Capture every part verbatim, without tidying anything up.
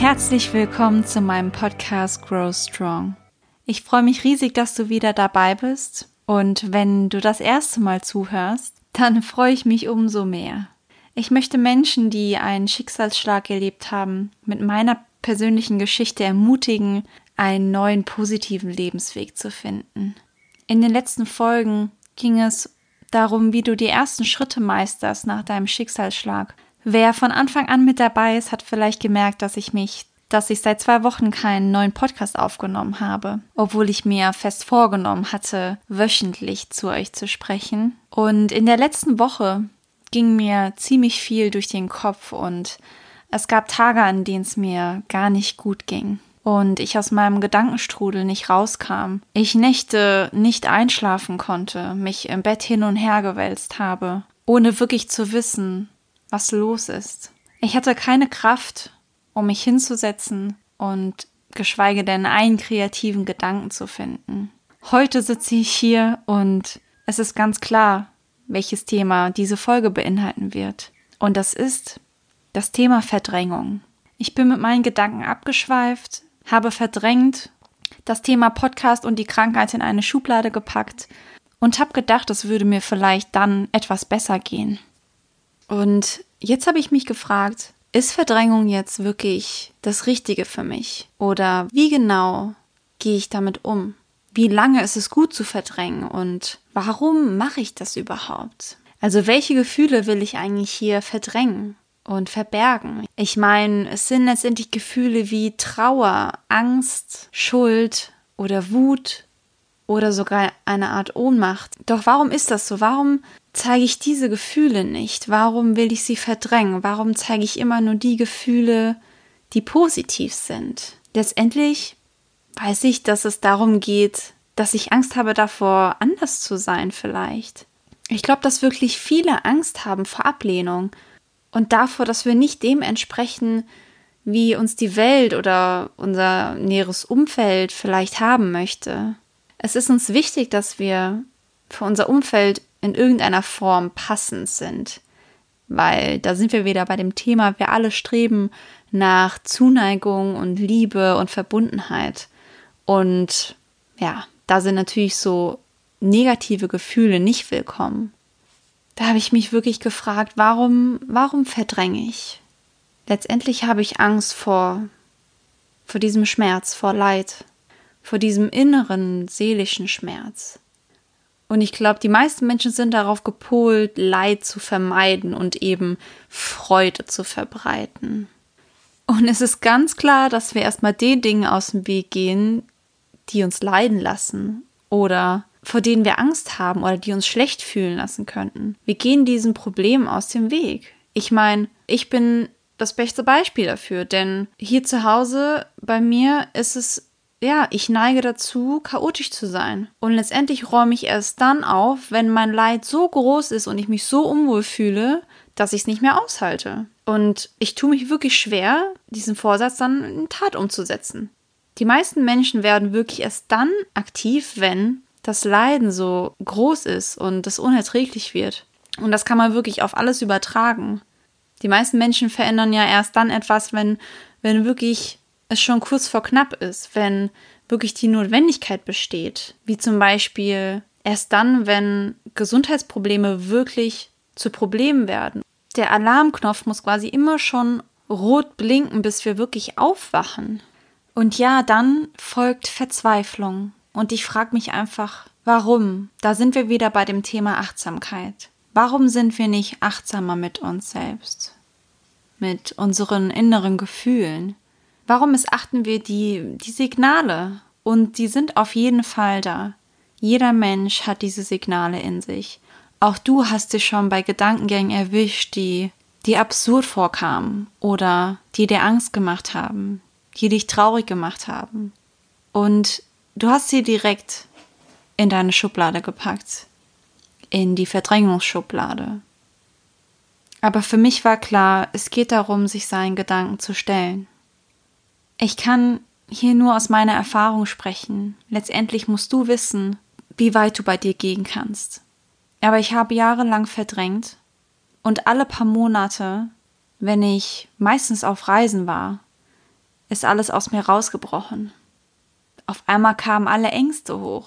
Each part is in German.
Herzlich willkommen zu meinem Podcast Grow Strong. Ich freue mich riesig, dass du wieder dabei bist und wenn du das erste Mal zuhörst, dann freue ich mich umso mehr. Ich möchte Menschen, die einen Schicksalsschlag erlebt haben, mit meiner persönlichen Geschichte ermutigen, einen neuen positiven Lebensweg zu finden. In den letzten Folgen ging es darum, wie du die ersten Schritte meisterst nach deinem Schicksalsschlag. Wer von Anfang an mit dabei ist, hat vielleicht gemerkt, dass ich mich, dass ich seit zwei Wochen keinen neuen Podcast aufgenommen habe, obwohl ich mir fest vorgenommen hatte, wöchentlich zu euch zu sprechen. Und in der letzten Woche ging mir ziemlich viel durch den Kopf und es gab Tage, an denen es mir gar nicht gut ging und ich aus meinem Gedankenstrudel nicht rauskam. Ich Nächte nicht einschlafen konnte, mich im Bett hin und her gewälzt habe, ohne wirklich zu wissen, was los ist. Ich hatte keine Kraft, um mich hinzusetzen und geschweige denn einen kreativen Gedanken zu finden. Heute sitze ich hier und es ist ganz klar, welches Thema diese Folge beinhalten wird. Und das ist das Thema Verdrängung. Ich bin mit meinen Gedanken abgeschweift, habe verdrängt, das Thema Podcast und die Krankheit in eine Schublade gepackt und habe gedacht, es würde mir vielleicht dann etwas besser gehen. Und jetzt habe ich mich gefragt, ist Verdrängung jetzt wirklich das Richtige für mich? Oder wie genau gehe ich damit um? Wie lange ist es gut zu verdrängen und warum mache ich das überhaupt? Also welche Gefühle will ich eigentlich hier verdrängen und verbergen? Ich meine, es sind letztendlich Gefühle wie Trauer, Angst, Schuld oder Wut oder sogar eine Art Ohnmacht. Doch warum ist das so? Warum zeige ich diese Gefühle nicht? Warum will ich sie verdrängen? Warum zeige ich immer nur die Gefühle, die positiv sind? Letztendlich weiß ich, dass es darum geht, dass ich Angst habe davor, anders zu sein vielleicht. Ich glaube, dass wirklich viele Angst haben vor Ablehnung und davor, dass wir nicht dem entsprechen, wie uns die Welt oder unser näheres Umfeld vielleicht haben möchte. Es ist uns wichtig, dass wir für unser Umfeld in irgendeiner Form passend sind, weil da sind wir wieder bei dem Thema, wir alle streben nach Zuneigung und Liebe und Verbundenheit und ja, da sind natürlich so negative Gefühle nicht willkommen. Da habe ich mich wirklich gefragt, warum, warum verdränge ich? Letztendlich habe ich Angst vor, vor diesem Schmerz, vor Leid, vor diesem inneren seelischen Schmerz. Und ich glaube, die meisten Menschen sind darauf gepolt, Leid zu vermeiden und eben Freude zu verbreiten. Und es ist ganz klar, dass wir erstmal den Dingen aus dem Weg gehen, die uns leiden lassen oder vor denen wir Angst haben oder die uns schlecht fühlen lassen könnten. Wir gehen diesen Problemen aus dem Weg. Ich meine, ich bin das beste Beispiel dafür, denn hier zu Hause bei mir ist es Ja, ich neige dazu, chaotisch zu sein. Und letztendlich räume ich erst dann auf, wenn mein Leid so groß ist und ich mich so unwohl fühle, dass ich es nicht mehr aushalte. Und ich tue mich wirklich schwer, diesen Vorsatz dann in Tat umzusetzen. Die meisten Menschen werden wirklich erst dann aktiv, wenn das Leiden so groß ist und es unerträglich wird. Und das kann man wirklich auf alles übertragen. Die meisten Menschen verändern ja erst dann etwas, wenn, wenn wirklich es schon kurz vor knapp ist, wenn wirklich die Notwendigkeit besteht, wie zum Beispiel erst dann, wenn Gesundheitsprobleme wirklich zu Problemen werden. Der Alarmknopf muss quasi immer schon rot blinken, bis wir wirklich aufwachen. Und ja, dann folgt Verzweiflung. Und ich frage mich einfach, warum? Da sind wir wieder bei dem Thema Achtsamkeit. Warum sind wir nicht achtsamer mit uns selbst? Mit unseren inneren Gefühlen? Warum missachten wir die, die Signale? Und die sind auf jeden Fall da. Jeder Mensch hat diese Signale in sich. Auch du hast dich schon bei Gedankengängen erwischt, die dir absurd vorkamen oder die dir Angst gemacht haben, die dich traurig gemacht haben. Und du hast sie direkt in deine Schublade gepackt, in die Verdrängungsschublade. Aber für mich war klar, es geht darum, sich seinen Gedanken zu stellen. Ich kann hier nur aus meiner Erfahrung sprechen. Letztendlich musst du wissen, wie weit du bei dir gehen kannst. Aber ich habe jahrelang verdrängt und alle paar Monate, wenn ich meistens auf Reisen war, ist alles aus mir rausgebrochen. Auf einmal kamen alle Ängste hoch.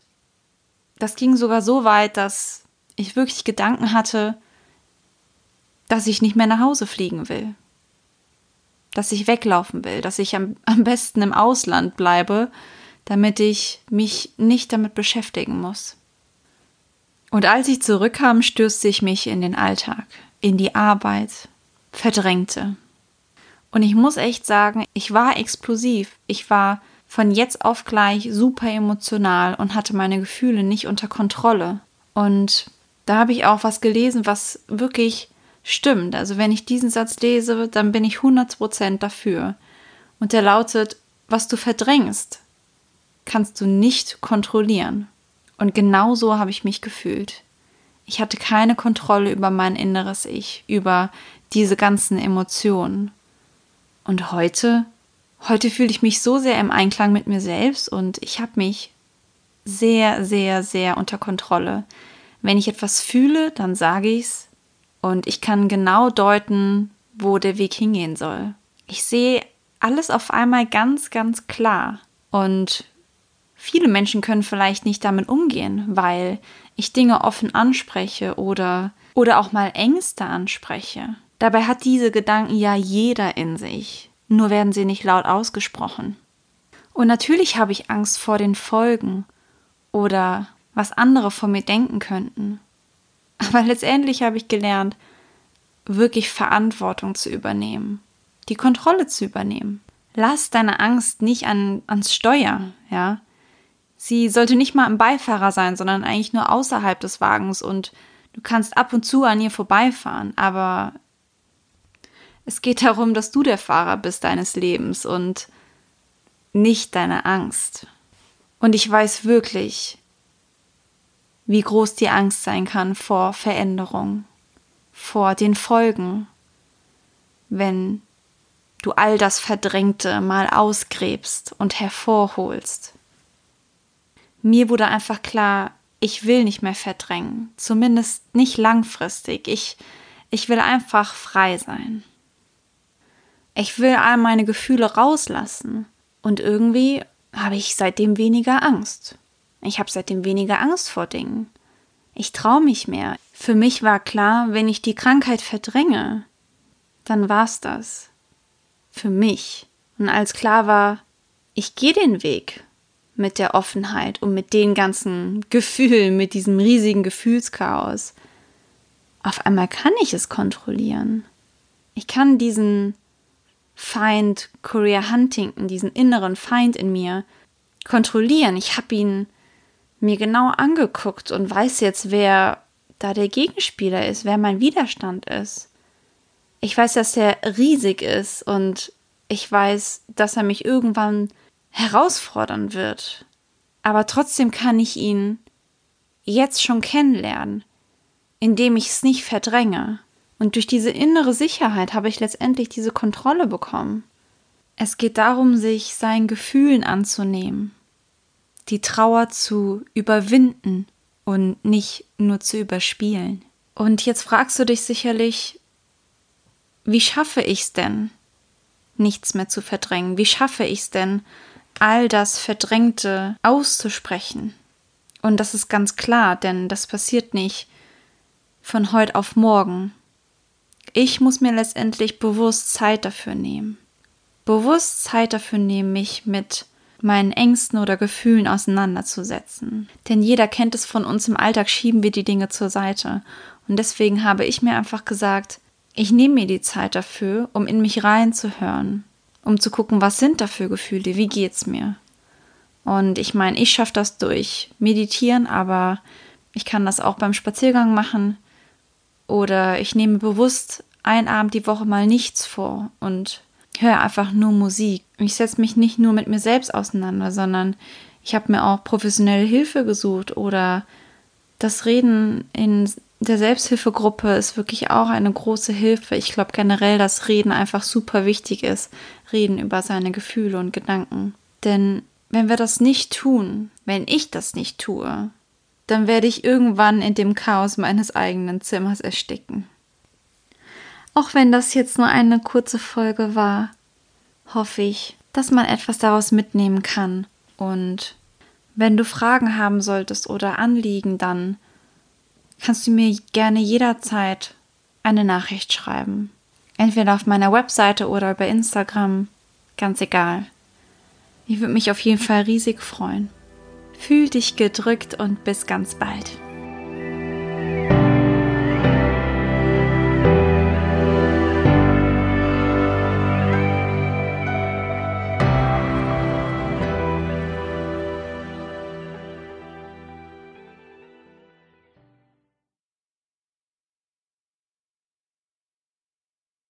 Das ging sogar so weit, dass ich wirklich Gedanken hatte, dass ich nicht mehr nach Hause fliegen will. Dass ich weglaufen will, dass ich am, am besten im Ausland bleibe, damit ich mich nicht damit beschäftigen muss. Und als ich zurückkam, stürzte ich mich in den Alltag, in die Arbeit, verdrängte. Und ich muss echt sagen, ich war explosiv. Ich war von jetzt auf gleich super emotional und hatte meine Gefühle nicht unter Kontrolle. Und da habe ich auch was gelesen, was wirklich stimmt. Also wenn ich diesen Satz lese, dann bin ich hundert Prozent dafür. Und der lautet, was du verdrängst, kannst du nicht kontrollieren. Und genau so habe ich mich gefühlt. Ich hatte keine Kontrolle über mein inneres Ich, über diese ganzen Emotionen. Und heute, heute fühle ich mich so sehr im Einklang mit mir selbst und ich habe mich sehr, sehr, sehr unter Kontrolle. Wenn ich etwas fühle, dann sage ich es und ich kann genau deuten, wo der Weg hingehen soll. Ich sehe alles auf einmal ganz, ganz klar. Und viele Menschen können vielleicht nicht damit umgehen, weil ich Dinge offen anspreche oder, oder auch mal Ängste anspreche. Dabei hat diese Gedanken ja jeder in sich, nur werden sie nicht laut ausgesprochen. Und natürlich habe ich Angst vor den Folgen oder was andere von mir denken könnten. Aber letztendlich habe ich gelernt, wirklich Verantwortung zu übernehmen, die Kontrolle zu übernehmen. Lass deine Angst nicht an, ans Steuer, ja. Sie sollte nicht mal am Beifahrer sein, sondern eigentlich nur außerhalb des Wagens und du kannst ab und zu an ihr vorbeifahren, aber es geht darum, dass du der Fahrer bist deines Lebens und nicht deine Angst. Und ich weiß wirklich, wie groß die Angst sein kann vor Veränderung, vor den Folgen, wenn du all das Verdrängte mal ausgräbst und hervorholst. Mir wurde einfach klar, ich will nicht mehr verdrängen, zumindest nicht langfristig. Ich, ich will einfach frei sein. Ich will all meine Gefühle rauslassen und irgendwie habe ich seitdem weniger Angst. Ich habe seitdem weniger Angst vor Dingen. Ich traue mich mehr. Für mich war klar, wenn ich die Krankheit verdränge, dann war's das. Für mich. Und als klar war, ich gehe den Weg mit der Offenheit und mit den ganzen Gefühlen, mit diesem riesigen Gefühlschaos, auf einmal kann ich es kontrollieren. Ich kann diesen Feind Korea Huntington, diesen inneren Feind in mir, kontrollieren. Ich habe ihn mir genau angeguckt und weiß jetzt, wer da der Gegenspieler ist, wer mein Widerstand ist. Ich weiß, dass er riesig ist und ich weiß, dass er mich irgendwann herausfordern wird. Aber trotzdem kann ich ihn jetzt schon kennenlernen, indem ich es nicht verdränge. Und durch diese innere Sicherheit habe ich letztendlich diese Kontrolle bekommen. Es geht darum, sich seinen Gefühlen anzunehmen, die Trauer zu überwinden und nicht nur zu überspielen. Und jetzt fragst du dich sicherlich, wie schaffe ich es denn, nichts mehr zu verdrängen? Wie schaffe ich es denn, all das Verdrängte auszusprechen? Und das ist ganz klar, denn das passiert nicht von heute auf morgen. Ich muss mir letztendlich bewusst Zeit dafür nehmen. Bewusst Zeit dafür nehmen, mich mit meinen Ängsten oder Gefühlen auseinanderzusetzen. Denn jeder kennt es von uns, im Alltag schieben wir die Dinge zur Seite. Und deswegen habe ich mir einfach gesagt, ich nehme mir die Zeit dafür, um in mich reinzuhören, um zu gucken, was sind da für Gefühle, wie geht's mir? Und ich meine, ich schaffe das durch Meditieren, aber ich kann das auch beim Spaziergang machen oder ich nehme bewusst einen Abend die Woche mal nichts vor und höre einfach nur Musik. Ich setze mich nicht nur mit mir selbst auseinander, sondern ich habe mir auch professionelle Hilfe gesucht oder das Reden in der Selbsthilfegruppe ist wirklich auch eine große Hilfe. Ich glaube generell, dass Reden einfach super wichtig ist. Reden über seine Gefühle und Gedanken. Denn wenn wir das nicht tun, wenn ich das nicht tue, dann werde ich irgendwann in dem Chaos meines eigenen Zimmers ersticken. Auch wenn das jetzt nur eine kurze Folge war, hoffe ich, dass man etwas daraus mitnehmen kann. Und wenn du Fragen haben solltest oder Anliegen, dann kannst du mir gerne jederzeit eine Nachricht schreiben. Entweder auf meiner Webseite oder über Instagram, ganz egal. Ich würde mich auf jeden Fall riesig freuen. Fühl dich gedrückt und bis ganz bald.